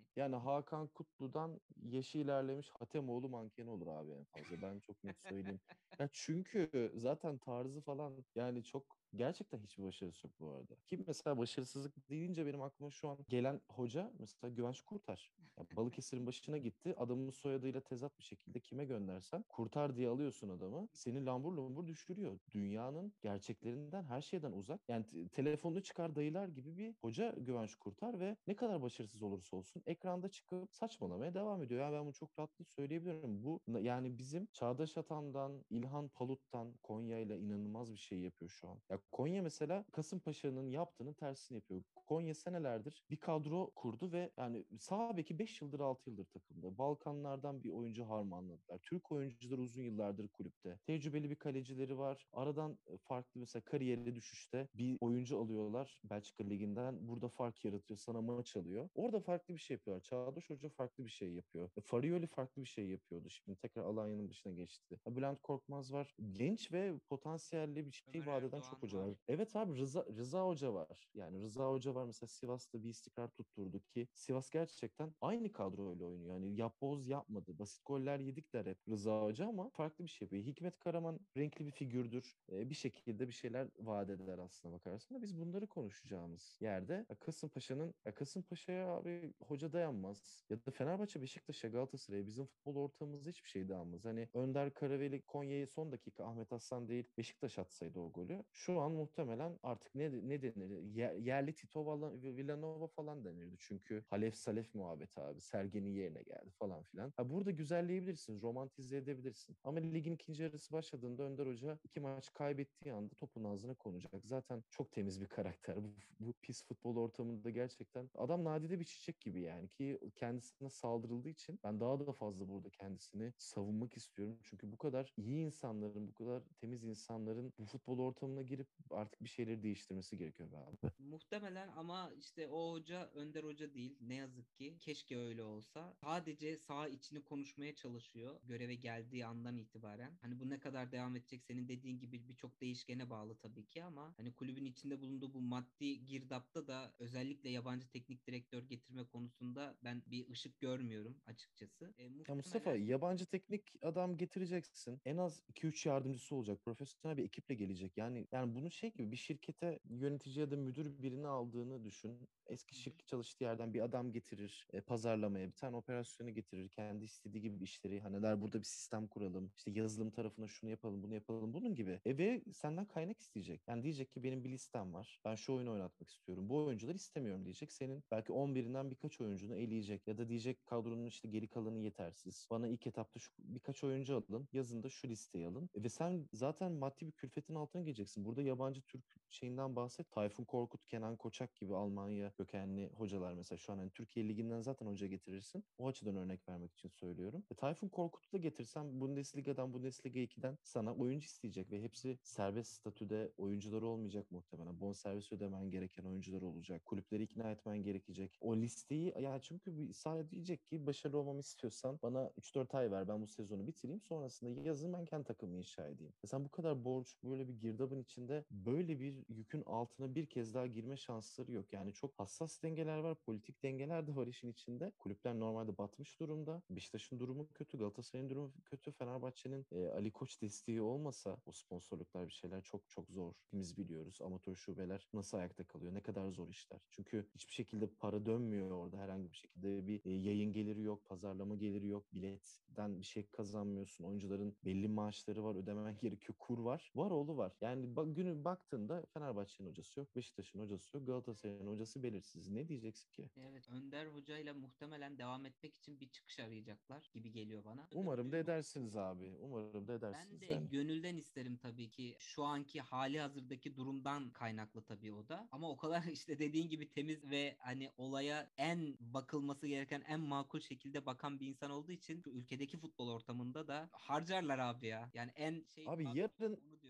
Yani Hakan Kutlu'dan yaşı ilerlemiş Hatemoğlu mankeni olur abi en fazla. Ben çok net söyleyeyim. Ya çünkü zaten tarzı falan yani çok gerçekten hiçbir başarısı yok bu arada. Ki mesela başarısızlık deyince benim aklıma şu an gelen hoca mesela Güvenç Kurtar. Ya Balıkesir'in başına gitti. Adamın soyadıyla tezat bir şekilde kime göndersen Kurtar diye alıyorsun adamı. Seni lambur lumbur düşürüyor. Dünyanın gerçeklerinden her şeyden uzak. Yani te- telefonunu çıkar dayılar gibi bir hoca Güvenç Kurtar ve ne kadar başarısız olursa olsun ekranda çıkıp saçmalamaya devam ediyor. Yani ben bunu çok rahatlıkla söyleyebilirim. Bu yani bizim Çağdaş Atan'dan, İlhan Palut'tan Konya ile inanılmaz bir şey yapıyor şu an. Ya Konya mesela Kasımpaşa'nın yaptığının tersini yapıyor. Konya senelerdir bir kadro kurdu ve yani sağ beki beş yıldır altı yıldır takımda. Balkanlardan bir oyuncu harmanladılar. Türk oyuncular uzun yıllardır kulüpte. Tecrübeli bir kalecileri var. Aradan e, farklı mesela kariyeri düşüşte bir oyuncu alıyorlar Belçika Ligi'nden. Burada fark yaratıyor. Sana maç alıyor. Orada farklı bir şey yapıyorlar. Çağdaş Hoca farklı bir şey yapıyor. E, Farioli farklı bir şey yapıyordu. Şimdi tekrar Alanya'nın başına geçti. Ha, Bülent Korkmaz var. Genç ve potansiyelli bir şey Ömer vaat eden çok Erdoğan hoca var. var. Evet abi Rıza, Rıza Hoca var. Yani Rıza Hoca var mesela Sivas'ta bir istikrar tutturdu ki Sivas gerçekten aynı kadroyla oynuyor. Yani yapboz yapmadı. Basit goller yedik hep Rıza Hoca ama farklı bir şey yapıyor. Hikmet Karaman renkli bir figürdür. Ee, bir şekilde bir şeyler vaat eder aslına bakarsan da biz bunları konuşacağımız yerde ya Kasımpaşa'nın ya Kasımpaşa'ya abi hoca dayanmaz. Ya da Fenerbahçe, Beşiktaş'a, Galatasaray'a bizim futbol ortamımızda hiçbir şey dayanmaz. Hani Önder Karaveli Konya'yı son dakika Ahmet Aslan değil Beşiktaş atsaydı o golü. Şu an muhtemelen artık ne, ne denir? Yer- yerli Tito Valla- Villanova falan denirdi. Çünkü Halef Salef muhabbeti abi. Sergen'in yerine geldi falan filan. Ha, burada güzelleyebilirsin, romantize edebilirsin. Ama ligin ikinci yarısı başladığında Önder Hoca iki maç kaybettiği anda topun ağzına konacak. Zaten çok temiz bir karakter. Bu, bu pis futbol ortamında gerçekten adam nadide bir çiçek gibi yani ki kendisine saldırıldığı için ben daha da fazla burada kendisini savunmak istiyorum. Çünkü bu kadar iyi insanların, bu kadar temiz insanların bu futbol ortamına girip artık bir şeyleri değiştirmesi gerekiyor be abi. Muhtemelen ama işte o hoca Önder Hoca değil. Ne yazık ki. Keşke öyle olsa. Sadece saha içini konuşmaya çalışıyor. Göreve geldiği andan itibaren. Hani bu ne kadar devam edecek senin dediğin gibi birçok değişkene bağlı tabii ki ama hani kulübün içinde bulunduğu bu maddi girdapta da özellikle yabancı teknik direktör getirme konusunda ben bir ışık görmüyorum açıkçası. E, Ya Mustafa muhtemelen yabancı teknik adam getireceksin. En az iki üç yardımcısı olacak. Profesyonel bir ekiple gelecek. Yani yani bunu şey gibi bir şirkete yönetici ya da müdür birini aldığını düşün. Eski Hı hı. şirket çalıştığı yerden bir adam getirir. E, pazarlamaya bir tane operasyonu getirir. Kendi istediği gibi işleri. Hani der burada bir sistem kuralım. İşte yazılım tarafına şunu yapalım, bunu yapalım. Bunun gibi. E, ve senden kaynak isteyecek. Yani diyecek ki benim bir listem var. Ben şu oyunu oynatmak istiyorum. Bu oyuncuları istemiyorum diyecek. Senin belki on birinden birkaç oyuncunu eleyecek. Ya da diyecek kadronun işte geri kalanı yetersiz. Bana ilk etapta şu birkaç oyuncu alın. Yazın da şu listeyi alın. E, ve sen zaten maddi bir külfetin altına geleceksin. Burada yabancı Türk şeyinden bahset. Tayfun Korkut, Kenan Koçak gibi Almanya kökenli hocalar mesela şu an hani Türkiye Ligi'nden zaten hoca getirirsin. O açıdan örnek vermek için söylüyorum. E, Tayfun Korkut'u da getirsen Bundesliga'dan Bundesliga ikiden sana oyuncu isteyecek ve hepsi serbest statüde oyuncuları olmayacak muhtemelen. Bonservis ödemen gereken oyuncular olacak. Kulüpleri ikna etmen gerekecek. O listeyi ya çünkü bir sahip diyecek ki başarılı olmamı istiyorsan bana üç dört ay ver ben bu sezonu bitireyim. Sonrasında yazın ben kendi takımımı inşa edeyim. E sen bu kadar borç böyle bir girdabın içinde böyle bir yükün altına bir kez daha girme şansları yok. Yani çok hassas dengeler var. Politik dengeler de var işin içinde. Kulüpler normalde batmış durumda. Beşiktaş'ın durumu kötü. Galatasaray'ın durumu kötü. Fenerbahçe'nin e, Ali Koç desteği olmasa o sponsorluklar bir şeyler çok çok zor. Hepimiz biliyoruz. Amatör şubeler nasıl ayakta kalıyor? Ne kadar zor işler. Çünkü hiçbir şekilde para dönmüyor orada. Herhangi bir şekilde bir e, yayın geliri yok. Pazarlama geliri yok. Biletten bir şey kazanmıyorsun. Oyuncuların belli maaşları var. Ödemen gerekiyor. Kur var. Var oğlu var. Yani bak, günü baktığında Fenerbahçe'nin hocası yok. Beşiktaş'ın hocası yok. Galatasaray'ın hocası belirsiz. Ne diyeceksin ki? evet, Önder Hoca ile muhtemelen devam etmek için bir çıkış arayacaklar gibi geliyor bana. Umarım da edersiniz abi. Umarım da Ben edersiniz de yani. gönülden isterim tabii ki. Şu anki hali hazırdaki durumdan kaynaklı tabii o da. Ama o kadar işte dediğin gibi temiz ve hani olaya en bakılması gereken en makul şekilde bakan bir insan olduğu için şu ülkedeki futbol ortamında da harcarlar abi ya. Yani en şey Abi tabir yarın onu diyorum yani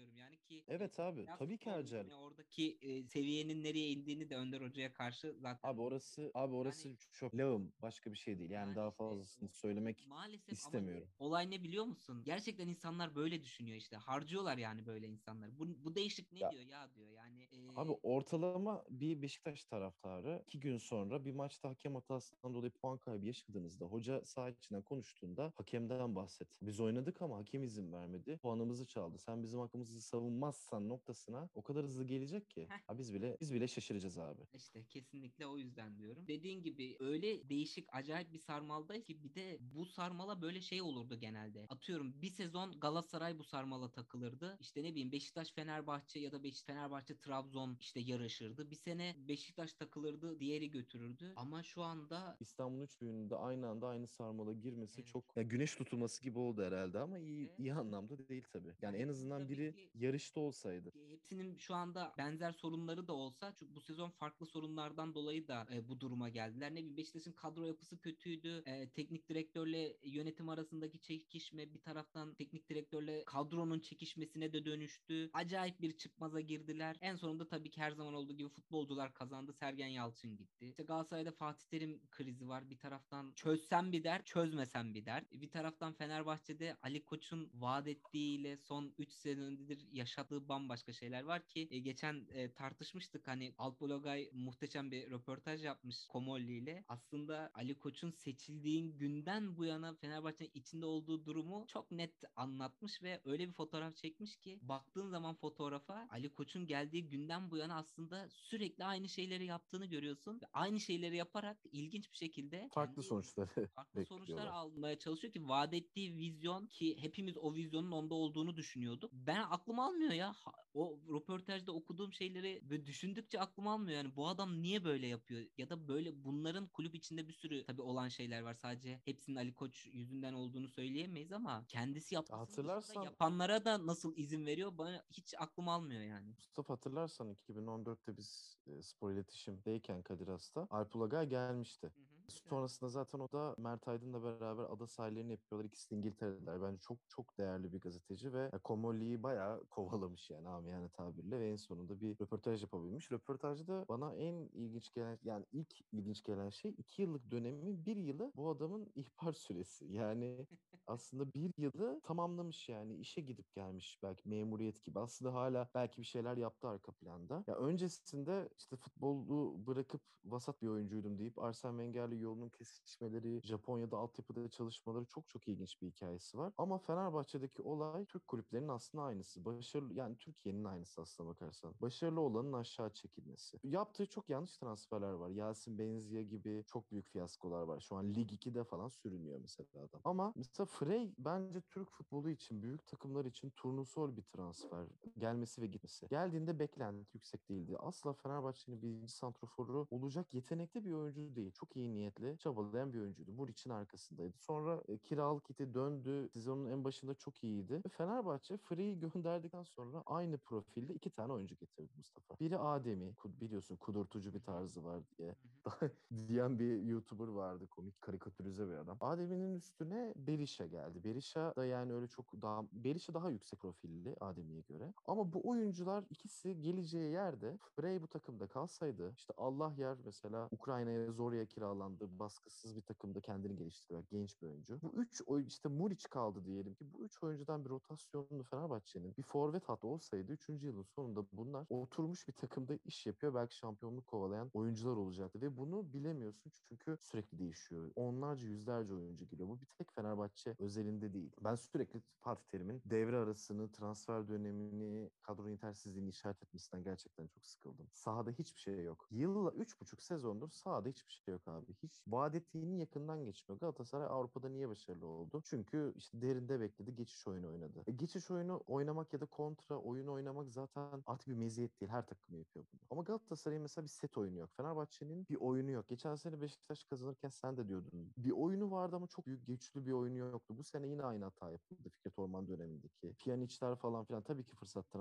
oradaki e, Evet abi, beyaz tabii ki futbol harcar. düzeni, oradaki e, seviyenin nereye indiğini de Önder Hoca'ya karşı zaten Abi orası abi yani orası çok lağım, başka bir şey değil. Yani yani daha işte fazlasını o, söylemek maalesef ama istemiyorum. olay ne biliyor musun? Gerçekten insanlar böyle düşünüyor işte. Harcıyorlar yani böyle insanlar. Bu, bu değişik ne Ya diyor ya diyor. Yani abi, e, ortalama bir Beşiktaş taraftarı iki gün sonra bir maçta hakem hatasından dolayı puan kaybı yaşadığınızda hoca saha içinden konuştuğunda hakemden bahset. Biz oynadık ama hakem izin vermedi. Puanımızı çaldı. Sen bizim hakkımızı savunmazsan noktasına o kadar hızlı gelecek ki. heh, Ha, biz bile biz bile şaşıracağız abi. İşte kesinlikle o yüzden diyorum. Dediğin gibi öyle değişik acayip bir sarmaldayız ki bir de bu sarmala böyle şey olurdu genelde. Atıyorum bir sezon Galatasaray bu sarmala takılırdı. İşte ne bileyim Beşiktaş Fenerbahçe ya da Beşiktaş Fenerbahçe Trabzon işte yarışırdı. Bir sene Beşiktaş takılırdı, diğeri götürürdü. Ama şu anda İstanbul üç büyüğünün de aynı anda aynı sarmala girmesi evet. çok, ya güneş tutulması gibi oldu herhalde, ama iyi Ve iyi anlamda değil tabii. ya Yani en hepsinin azından tabii biri ki yarışta olsaydı. hepsinin şu anda benzer sorunları da olsa çünkü bu sezon farklı sorunlardan dolayı da e, bu duruma geldiler. Ne bileyim Beşiktaş'ın kadro yapısı kötüydü. E, teknik direktörle yönetim arasındaki çekişme bir taraftan teknik direktörle kadronun çekişmesine de dönüştü. Acayip bir çıkmaza girdiler. En sonunda tabii ki her zaman olduğu gibi futbolcular kazandı. Sergen Yalçın gitti. İşte Galatasaray'da Fatih Terim krizi var. Bir taraftan çözsem bir dert, çözmesem bir dert. Bir taraftan Fenerbahçe'de Ali Koç'un vaat ettiğiyle son üç senedir yaşadığı bambaşka şeyler var ki e, geçen e, tartışmıştık hani Alp Ulagay muhteşem bir röportaj yapmış Komolli ile. Aslında Ali Koç'un seçildiğin günden bu yana Fenerbahçe'nin içinde olduğu durumu çok net anlatmış ve öyle bir fotoğraf çekmiş ki baktığın zaman fotoğrafa Ali Koç'un geldiği günden bu yana aslında sürekli aynı şeyleri yaptığını görüyorsun ve aynı şeyleri yaparak ilginç bir şekilde Farklı kendi sonuçları farklı sonuçlar bekliyorlar. almaya çalışıyor ki vaat ettiği vizyon ki hepimiz o vizyonun onda olduğunu düşünüyorduk. Ben aklım almıyor ya. Ha- O röportajda okuduğum şeyleri böyle düşündükçe aklım almıyor. Yani bu adam niye böyle yapıyor? Ya da böyle bunların kulüp içinde bir sürü tabii olan şeyler var. Sadece hepsinin Ali Koç yüzünden olduğunu söyleyemeyiz ama kendisi yapmasının dışında Hatırlarsan yapanlara da nasıl izin veriyor? Bana hiç aklım almıyor yani. Mustafa, hatırlarsan iki bin on dörtte biz e, spor iletişimdeyken Kadir Has'ta Alp Ulagay gelmişti. Hı hı. Evet. Sonrasında zaten o da Mert Aydın'la beraber ada sahillerini yapıyorlar. İkisi de İngiltere'deler. Bence çok çok değerli bir gazeteci ve Komolli'yi bayağı kovalamış yani amiyane tabirle ve en sonunda bir röportaj yapabilmiş. Röportajda bana en ilginç gelen, yani ilk ilginç gelen şey iki yıllık dönemin bir yılı bu adamın ihbar süresi. Yani aslında bir yılı tamamlamış, yani işe gidip gelmiş belki memuriyet gibi. Aslında hala belki bir şeyler yaptı arka planda. Ya öncesinde işte futbolu bırakıp vasat bir oyuncuydum deyip Arsene Wenger'le yolunun kesişmeleri, Japonya'da altyapıda çalışmaları çok çok ilginç bir hikayesi var. Ama Fenerbahçe'deki olay Türk kulüplerinin aslında aynısı. Başarılı, yani Türkiye'nin aynısı aslına bakarsan. Başarılı olanın aşağı çekilmesi. Yaptığı çok yanlış transferler var. Yasin Benzia gibi çok büyük fiyaskolar var. Şu an Lig ikide falan sürünüyor mesela adam. Ama mesela Frey bence Türk futbolu için, büyük takımlar için turnusol bir transfer. Gelmesi ve gitmesi. Geldiğinde beklenti yüksek değildi. Asla Fenerbahçe'nin birinci santroforu olacak yetenekli bir oyuncu değil. Çok iyi niyetli, çabalayan bir oyuncuydu. Muriç'in arkasındaydı. Sonra e, kiralık gitti, döndü. Sezonun en başında çok iyiydi. Ve Fenerbahçe Frey'i gönderdikten sonra aynı profilde iki tane oyuncu getirdi Mustafa. Biri Ademi. Kud- Biliyorsun kudurtucu Hı bir hı. tarzı var diye. Hı hı. diyen bir YouTuber vardı. Komik, karikatürize bir adam. Adem'in üstüne Berisha geldi. Berisha da yani öyle çok daha... Berisha daha yüksek profilli Adem'iye göre. Ama bu oyuncular ikisi geleceği yerde Frey bu takımda kalsaydı, işte Allah yer mesela Ukrayna'ya Zorya kiralandı. Baskısız bir takımda kendini geliştiriyor. Genç bir oyuncu. Bu üç oyun, işte Muriç kaldı diyelim ki, bu üç oyuncudan bir rotasyonlu Fenerbahçe'nin bir forvet hattı olsaydı üçüncü yılın sonunda bunlar oturmuş bir takımda iş yapıyor. Belki şampiyonluk kovalayan oyuncular olacaktı ve bunu bilemiyorsun çünkü sürekli değişiyor. Onlarca, yüzlerce oyuncu geliyor. Bu bir tek Fenerbahçe özelinde değil. Ben sürekli Fatih Terim'in devre arasını, transfer dönemini, kadro yetersizliğini işaret etmesinden gerçekten çok sıkıldım. Sahada hiçbir şey yok. Yılla üç buçuk sezondur sahada hiçbir şey yok abi. Hiç vaat ettiğinin yakından geçmiyor. Galatasaray Avrupa'da niye başarılı oldu? Çünkü işte derinde bekledi, geçiş oyunu oynadı. E, geçiş oyunu oynamak ya da kontra oyun oynamak zaten artık bir meziyet değil. Her takım yapıyor bunu. Ama Galatasaray'ın mesela bir set oyunu yok. Fenerbahçe'nin bir oyunu yok. Geçen sene Beşiktaş kazanırken sen de diyordun. Bir oyunu vardı ama çok büyük, güçlü bir oyunu yoktu. Bu sene yine aynı hata yapıldı Fikret Orman dönemindeki. Pjanic'ler falan filan tabii ki fırsat transferiydi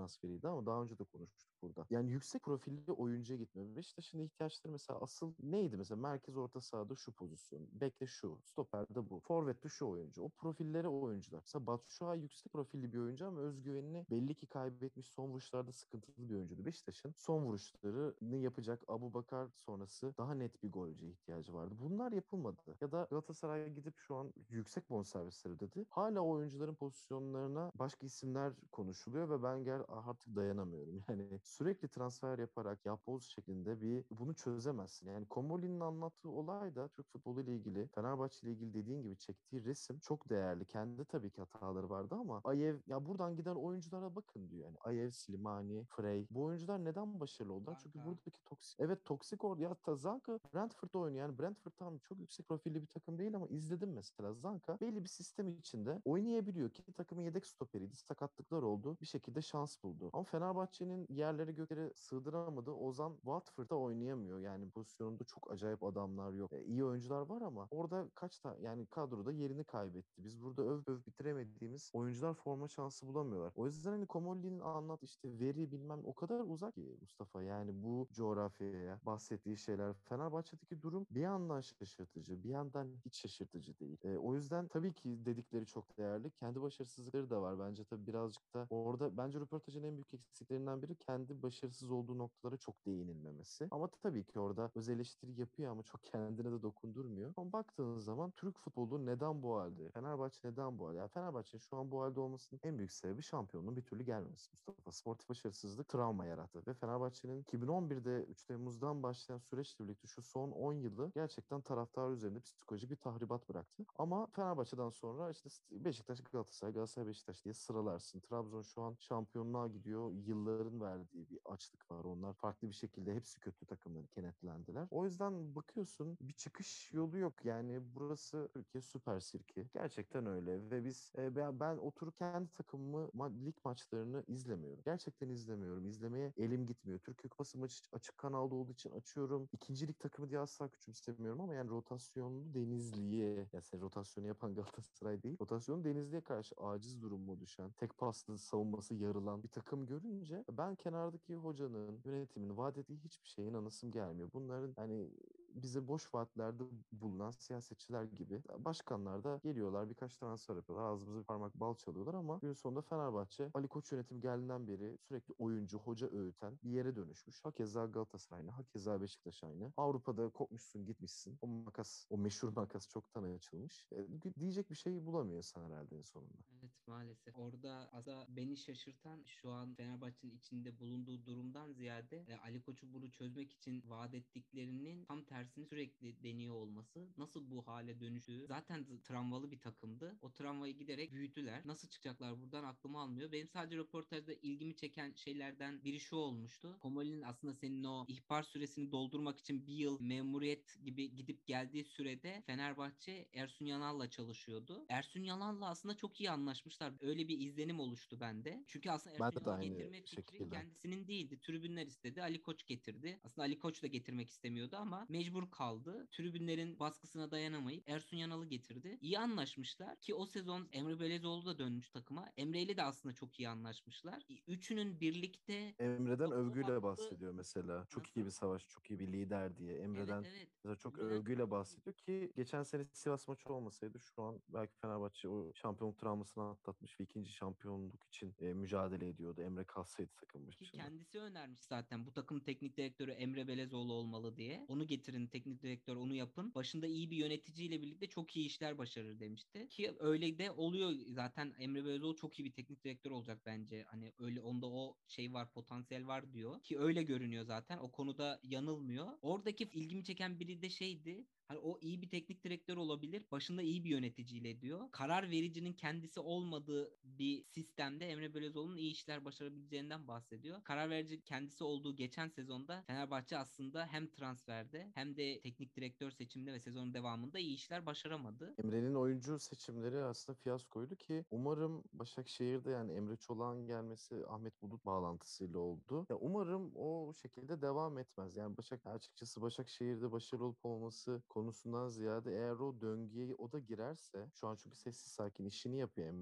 ama daha önce de konuştuk burada. Yani yüksek profilli oyuncuya gitmiyor. Beşiktaş'ın ihtiyaçları mesela asıl neydi? Mesela merkez orta sahada şu pozisyon. Bekle şu. Stoperde bu. Forvet'te şu oyuncu. O profillere o oyuncular. Mesela Batshuayi yüksek profilli bir oyuncu ama özgüvenini belli ki kaybetmiş. Son vuruşlarda sıkıntılı bir oyuncuydu. Beşiktaş'ın son vuruşlarını yapacak Abubakar sonrası daha net bir golcüye ihtiyacı vardı. Bunlar yapılmadı. Ya da Galatasaray'a gidip şu an yüksek bonservisleri ödedi. Hala o oyuncuların pozisyonlarına başka isimler konuşuluyor ve ben gel artık dayanamıyorum. Yani sürekli transfer yaparak yapboz şeklinde bir bunu çözemezsin. Yani Komoli'nin anlattığı olay da Türk futbolu ile ilgili, Fenerbahçe ile ilgili dediğin gibi çektiği resim çok değerli. Kendi tabii ki hataları vardı ama Ayev ya buradan giden oyunculara bakın diyor. Yani Ayev, Slimani, Frey. Bu oyuncular neden başarılı oldular? Çünkü Banka. buradaki toksik evet toksik orada ya ta Zanka Brentford'da oynuyor. Yani Brentford tam çok yüksek profilli bir takım değil ama izledim mesela Zanka belli bir sistem içinde oynayabiliyor ki takımın yedek stoperiydi. Sakatlıklar oldu. Bir şekilde şans buldu. Ama Fenerbahçe'nin yerleri gökleri sığdıramadı. Ozan Watford'da oynayamıyor. Yani pozisyonunda çok acayip adamlar yok. E, iyi oyuncular var ama orada kaç tane yani kadroda yerini kaybetti. Biz burada öv öv bitiremediğimiz oyuncular forma şansı bulamıyorlar. O yüzden hani Komolli'nin anlat işte veri bilmem o kadar uzak ki Mustafa. Yani bu coğrafyaya bahsettiği şeyler Fenerbahçe'deki durum bir yandan şaşırtıcı, bir yandan hiç şaşırtıcı değil. E, o yüzden tabii ki dedikleri çok değerli. Kendi başarısızlıkları da var. Bence tabii birazcık da orada bence röportajın en büyük eksiklerinden biri kendi başarısız olduğu noktalara çok değinilmemesi. Ama tabii ki orada öz eleştiri yapıyor ama çok kendine de dokundurmuyor. Ama baktığınız zaman Türk futbolu neden bu halde? Fenerbahçe neden bu halde? Yani Fenerbahçe'nin şu an bu halde olmasının en büyük sebebi şampiyonluğun bir türlü gelmemesi. Mustafa sportif başarısızlık travma yarattı ve Fenerbahçe'nin iki bin on birde üç Temmuz'dan başlayan süreçle birlikte şu son on yılı gerçekten taraftar üzerinde psikolojik bir tahribat bıraktı. Ama Fenerbahçe'den sonra işte Beşiktaş, Galatasaray, Galatasaray, Beşiktaş diye sıralarsın. Trabzon şu an şampiyonluğa gidiyor. Yılların verdiği bir açlık var. Onlar farklı bir şekilde hepsi kötü takımları kenetlendiler. O yüzden bakıyorsun bir çıkış yolu yok. Yani burası Türkiye Süper Sirki. Gerçekten öyle ve biz e, ben, ben oturup kendi takımımı ma- lig maçlarını izlemiyorum. Gerçekten izlemiyorum. İzlemeye elim gitmiyor. Türkiye Kupası maçı açık kanalda olduğu için açıyorum. İkinci lig takımı diye asla küçümsemiyorum ama yani rotasyonlu Denizli'ye ya sen rotasyonu yapan Galatasaray değil. Rotasyonu Denizli'ye karşı aciz duruma düşen, tek paslı savunması yarılan bir takım görünce ben kenardaki hocanın, yönetimin vaat ettiği hiçbir şeye inanasım gelmiyor. Bunların hani bize boş vaatlerde bulunan siyasetçiler gibi başkanlar da geliyorlar birkaç transfer yapıyorlar. Ağzımıza bir parmak bal çalıyorlar ama gün sonunda Fenerbahçe Ali Koç yönetim geldiğinden beri sürekli oyuncu, hoca öğüten bir yere dönüşmüş. Hakeza Galatasaray aynı, hakeza Beşiktaş aynı. Avrupa'da kopmuşsun gitmişsin. O makas, o meşhur makas çoktan açılmış. E, diyecek bir şey bulamıyorsun herhalde en sonunda. Evet, maalesef. Orada aslında beni şaşırtan şu an Fenerbahçe'nin içinde bulunduğu durumdan ziyade e, Ali Koç'u bunu çözmek için vaat ettiklerinin tam tersini sürekli deniyor olması. Nasıl bu hale dönüştüğü zaten t- travmalı bir takımdı. O travmayı giderek büyüttüler. Nasıl çıkacaklar buradan aklım almıyor. Benim sadece röportajda ilgimi çeken şeylerden biri şu olmuştu. Komoli'nin aslında senin o ihbar süresini doldurmak için bir yıl memuriyet gibi gidip geldiği sürede Fenerbahçe Ersun Yanal'la çalışıyordu. Ersun Yanal'la aslında çok iyi anlaşmışlar. Öyle bir izlenim oluştu bende. Çünkü aslında Ben Ersun de Yanal'ı aynı getirme fikri şekilde. kendisinin değildi. Tribünler istedi. Ali Koç getirdi. Aslında Ali Koç da getirmek istemiyordu ama mecbur kaldı. Tribünlerin baskısına dayanamayıp Ersun Yanal'ı getirdi. İyi anlaşmışlar ki o sezon Emre Belezoğlu da dönmüş takıma. Emre ile de aslında çok iyi anlaşmışlar. Üçünün birlikte Emre'den o övgüyle vakfı bahsediyor mesela. Çok iyi nasıl? bir savaş, çok iyi bir lider diye. Evet, Emre'den evet. mesela çok Emre'den övgüyle çok iyi. bahsediyor ki geçen sene Sivas maçı olmasaydı şu an belki Fenerbahçe o şampiyonluk travmasını atlatmış ve ikinci şampiyonluk için e, mücadele ediyordu. Emre kalsaydı takım Ki başında. kendisi önermiş zaten bu takım teknik direktörü Emre Belezoğlu olmalı diye. Onu getirin teknik direktör onu yapın. Başında iyi bir yöneticiyle birlikte çok iyi işler başarır demişti. Ki öyle de oluyor zaten Emre Belezoğlu çok iyi bir teknik direktör olacak bence. Hani öyle onda o şey var potansiyel var diyor. Ki öyle görünüyor zaten o konuda yanılmıyor. Oradaki ilgimi çeken biri de şeydi. Hani o iyi bir teknik direktör olabilir. Başında iyi bir yöneticiyle diyor. Karar vericinin kendisi olmadığı bir sistemde Emre Belözoğlu'nun iyi işler başarabileceğinden bahsediyor. Karar verici kendisi olduğu geçen sezonda Fenerbahçe aslında hem transferde hem de teknik direktör seçiminde ve sezonun devamında iyi işler başaramadı. Emre'nin oyuncu seçimleri aslında fiyaskoydu ki umarım Başakşehir'de yani Emre Çolak'ın gelmesi Ahmet Bulut bağlantısıyla oldu. Ya umarım o şekilde devam etmez. Yani Başak açıkçası Başakşehir'de başarılı olup olması konusundan ziyade eğer o döngüye o da girerse şu an çünkü sessiz sakin işini yapıyor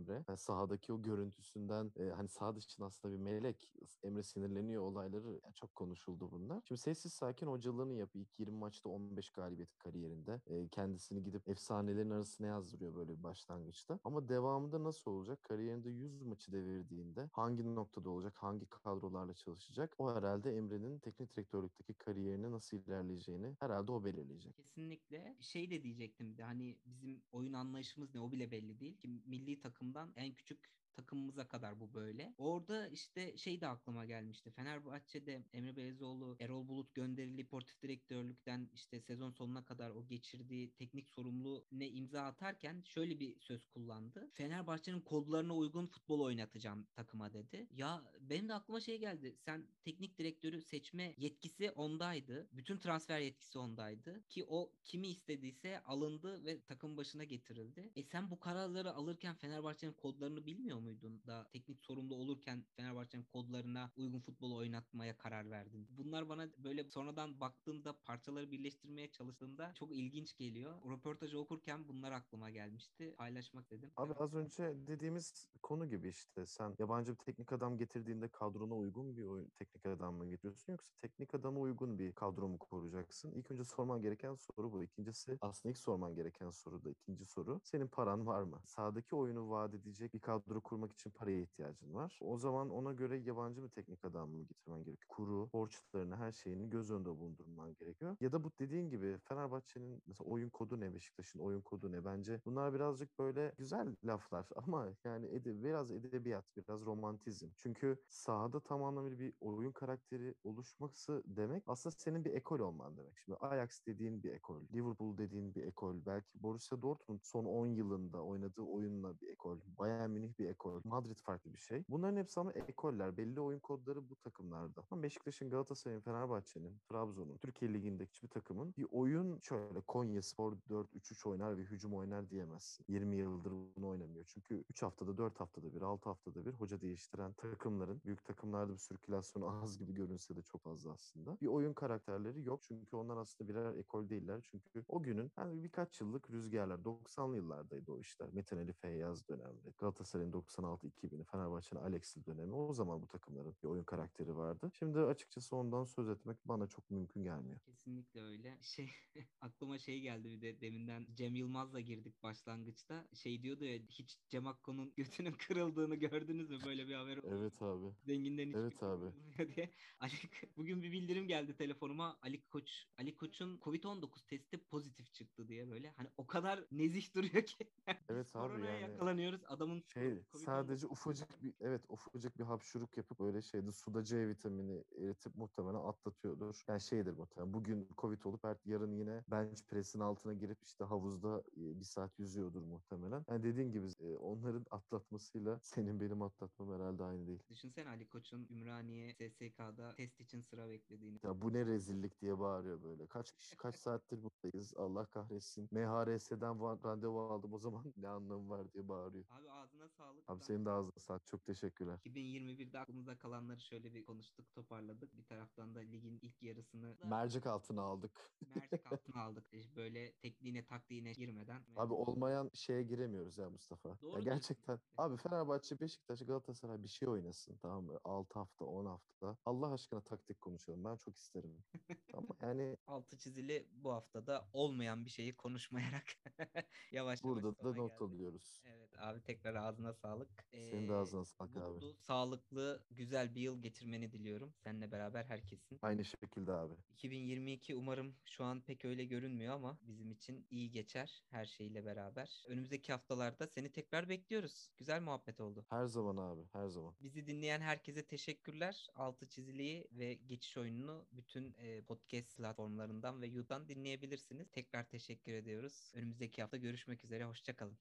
Emre. Yani sahadaki o görüntüsünden e, hani saha dışında aslında bir melek. Emre sinirleniyor olayları yani çok konuşuldu bunlar. Şimdi sessiz sakin hocalığını yapıyor. İlk yirmi maçta on beş galibiyet kariyerinde. E, kendisini gidip efsanelerin arasına yazdırıyor böyle bir başlangıçta. Ama devamında nasıl olacak? Kariyerinde yüz maçı devirdiğinde hangi noktada olacak? Hangi kadrolarla çalışacak? O herhalde Emre'nin teknik direktörlükteki kariyerine nasıl ilerleyeceğini herhalde o belirleyecek. Kesinlikle şey de diyecektim bir de hani bizim oyun anlayışımız ne o bile belli değil ki milli takımdan en küçük takımımıza kadar bu böyle. Orada işte şey de aklıma gelmişti. Fenerbahçe'de Emre Belezoğlu, Erol Bulut gönderilip sportif direktörlükten işte sezon sonuna kadar o geçirdiği teknik sorumluluğu ne imza atarken şöyle bir söz kullandı. Fenerbahçe'nin kodlarına uygun futbol oynatacağım takıma dedi. Ya benim de aklıma şey geldi. Sen teknik direktörü seçme yetkisi ondaydı. Bütün transfer yetkisi ondaydı. Ki o kimi istediyse alındı ve takım başına getirildi. E sen bu kararları alırken Fenerbahçe'nin kodlarını bilmiyor muydun da teknik sorumlu olurken Fenerbahçe'nin kodlarına uygun futbol oynatmaya karar verdin? Bunlar bana böyle sonradan baktığımda parçaları birleştirmeye çalıştığımda çok ilginç geliyor. O röportajı okurken bunlar aklıma gelmişti. Paylaşmak dedim. Abi az önce dediğimiz konu gibi işte sen yabancı bir teknik adam getirdiğinde kadrona uygun bir oyun, teknik adam mı getiriyorsun yoksa teknik adama uygun bir kadro mu kuracaksın? İlk önce sorman gereken soru bu. İkincisi aslında ilk sorman gereken soru da ikinci soru. Senin paran var mı? Sahadaki oyunu vaat edecek bir kadro kurmak için paraya ihtiyacın var. O zaman ona göre yabancı bir teknik adam mı getirmen gerekiyor? Kuru, borçlarını, her şeyini göz önünde bulundurman gerekiyor. Ya da bu dediğin gibi Fenerbahçe'nin mesela oyun kodu ne? Beşiktaş'ın oyun kodu ne? Bence bunlar birazcık böyle güzel laflar ama yani ede, biraz edebiyat, biraz romantizm. Çünkü sahada tam anlamıyla bir oyun karakteri oluşması demek aslında senin bir ekol olman demek. Şimdi Ajax dediğin bir ekol, Liverpool dediğin bir ekol, belki Borussia Dortmund son on yılında oynadığı oyunla bir ekol, Bayern Münih bir ekol, Madrid farklı bir şey. Bunların hepsi ama ekoller, belli oyun kodları bu takımlarda. Ama Beşiktaş'ın, Galatasaray'ın, Fenerbahçe'nin, Trabzon'un, Türkiye Ligi'ndeki hiçbir takımın bir oyun şöyle Konyaspor dört üç üç oynar ve hücum oynar diyemezsin. yirmi yıldır bunu oynamıyor. Çünkü üç haftada, dört haftada bir, altı haftada bir hoca değiştiren takımların, büyük takımlarda bir sirkülasyonu az gibi görünse de çok fazla aslında. Bir oyun karakterleri yok. Çünkü onlar aslında birer ekol değiller. Çünkü o günün yani birkaç yıllık rüzgarlar, doksanlı yıllardaydı o işler. Metin Ali Feyyaz döneminde, Galatasaray'ın doksan altı iki bini, Fenerbahçe'nin Alex'li dönemi. O zaman bu takımların bir oyun karakteri vardı. Şimdi açıkçası ondan söz etmek bana çok mümkün gelmiyor. Kesinlikle öyle. Şey aklıma şey geldi bir de deminden Cem Yılmaz'la girdik başlangıçta. Şey diyordu ya hiç Cem Akko'nun götünün kırıldığını gördünüz mü? Böyle bir haber oluyor. Evet abi. Zenginden hiç Evet götü abi. kırılmıyor diye. Ali, bugün bir bildirim geldi telefonuma. Ali Koç Ali Koç'un covid on dokuz testi pozitif çıktı diye böyle. Hani o kadar nezih duruyor ki. Biz Evet abi koronaya yani yakalanıyoruz. Adamın şey covid on sadece dokuz. ufacık bir evet ufacık bir hapşuruk yapıp öyle şeyde suda C vitamini eritip muhtemelen atlatıyordur. Yani şeydir muhtemelen bugün Covid olup her yarın yine bench press'in altına girip işte havuzda e, bir saat yüzüyordur muhtemelen. Yani dediğin gibi e, onların atlatmasıyla senin benim atlatmam herhalde aynı değil. Düşünsene Ali Koç'un Ümraniye S S K'da test için sıra beklediğini. Ya bu ne rezillik diye bağırıyor böyle. Kaç kişi kaç saattir buradayız Allah kahretsin. M H R S'den va- randevu aldım o zaman ne anlamı var diye bağırıyor. Abi ağzına sağlık. Abi Ben senin de ağzına sağlık. Çok teşekkürler. iki bin yirmi birde aklımıza kalanları şöyle bir konuştuk, toparladık. Bir taraftan da ligin ilk yarısını da Mercek altına aldık. mercek altına aldık. İşte böyle tekniğine taktiğine girmeden. Abi olmayan şeye giremiyoruz ya Mustafa. Ya Doğru diyorsun. gerçekten. Abi Fenerbahçe, Beşiktaş, Galatasaray bir şey oynasın tamam mı? altı hafta, on hafta. Allah aşkına taktik konuşalım. Ben çok isterim. Ama yani Altı çizili bu haftada olmayan bir şeyi konuşmayarak yavaş yavaş burada da sona not geldik. alıyoruz. Evet abi tekrar ağzına sağlık. Senin de Ee, ağzına sağlık abi. mutlu, sağlıklı, güzel bir yıl geçirmeni diliyorum. Seninle beraber herkesin. Aynı şekilde abi. iki bin yirmi iki umarım şu an pek öyle görünmüyor ama bizim için iyi geçer her şeyle beraber. Önümüzdeki haftalarda seni tekrar bekliyoruz. Güzel muhabbet oldu. Her zaman abi, her zaman. Bizi dinleyen herkese teşekkürler. Altı çiziliyi ve geçiş oyununu bütün e, podcast platformlarından ve YouTube'dan dinleyebilirsiniz. Tekrar teşekkür ediyoruz. Önümüzdeki hafta görüşmek üzere. Hoşçakalın.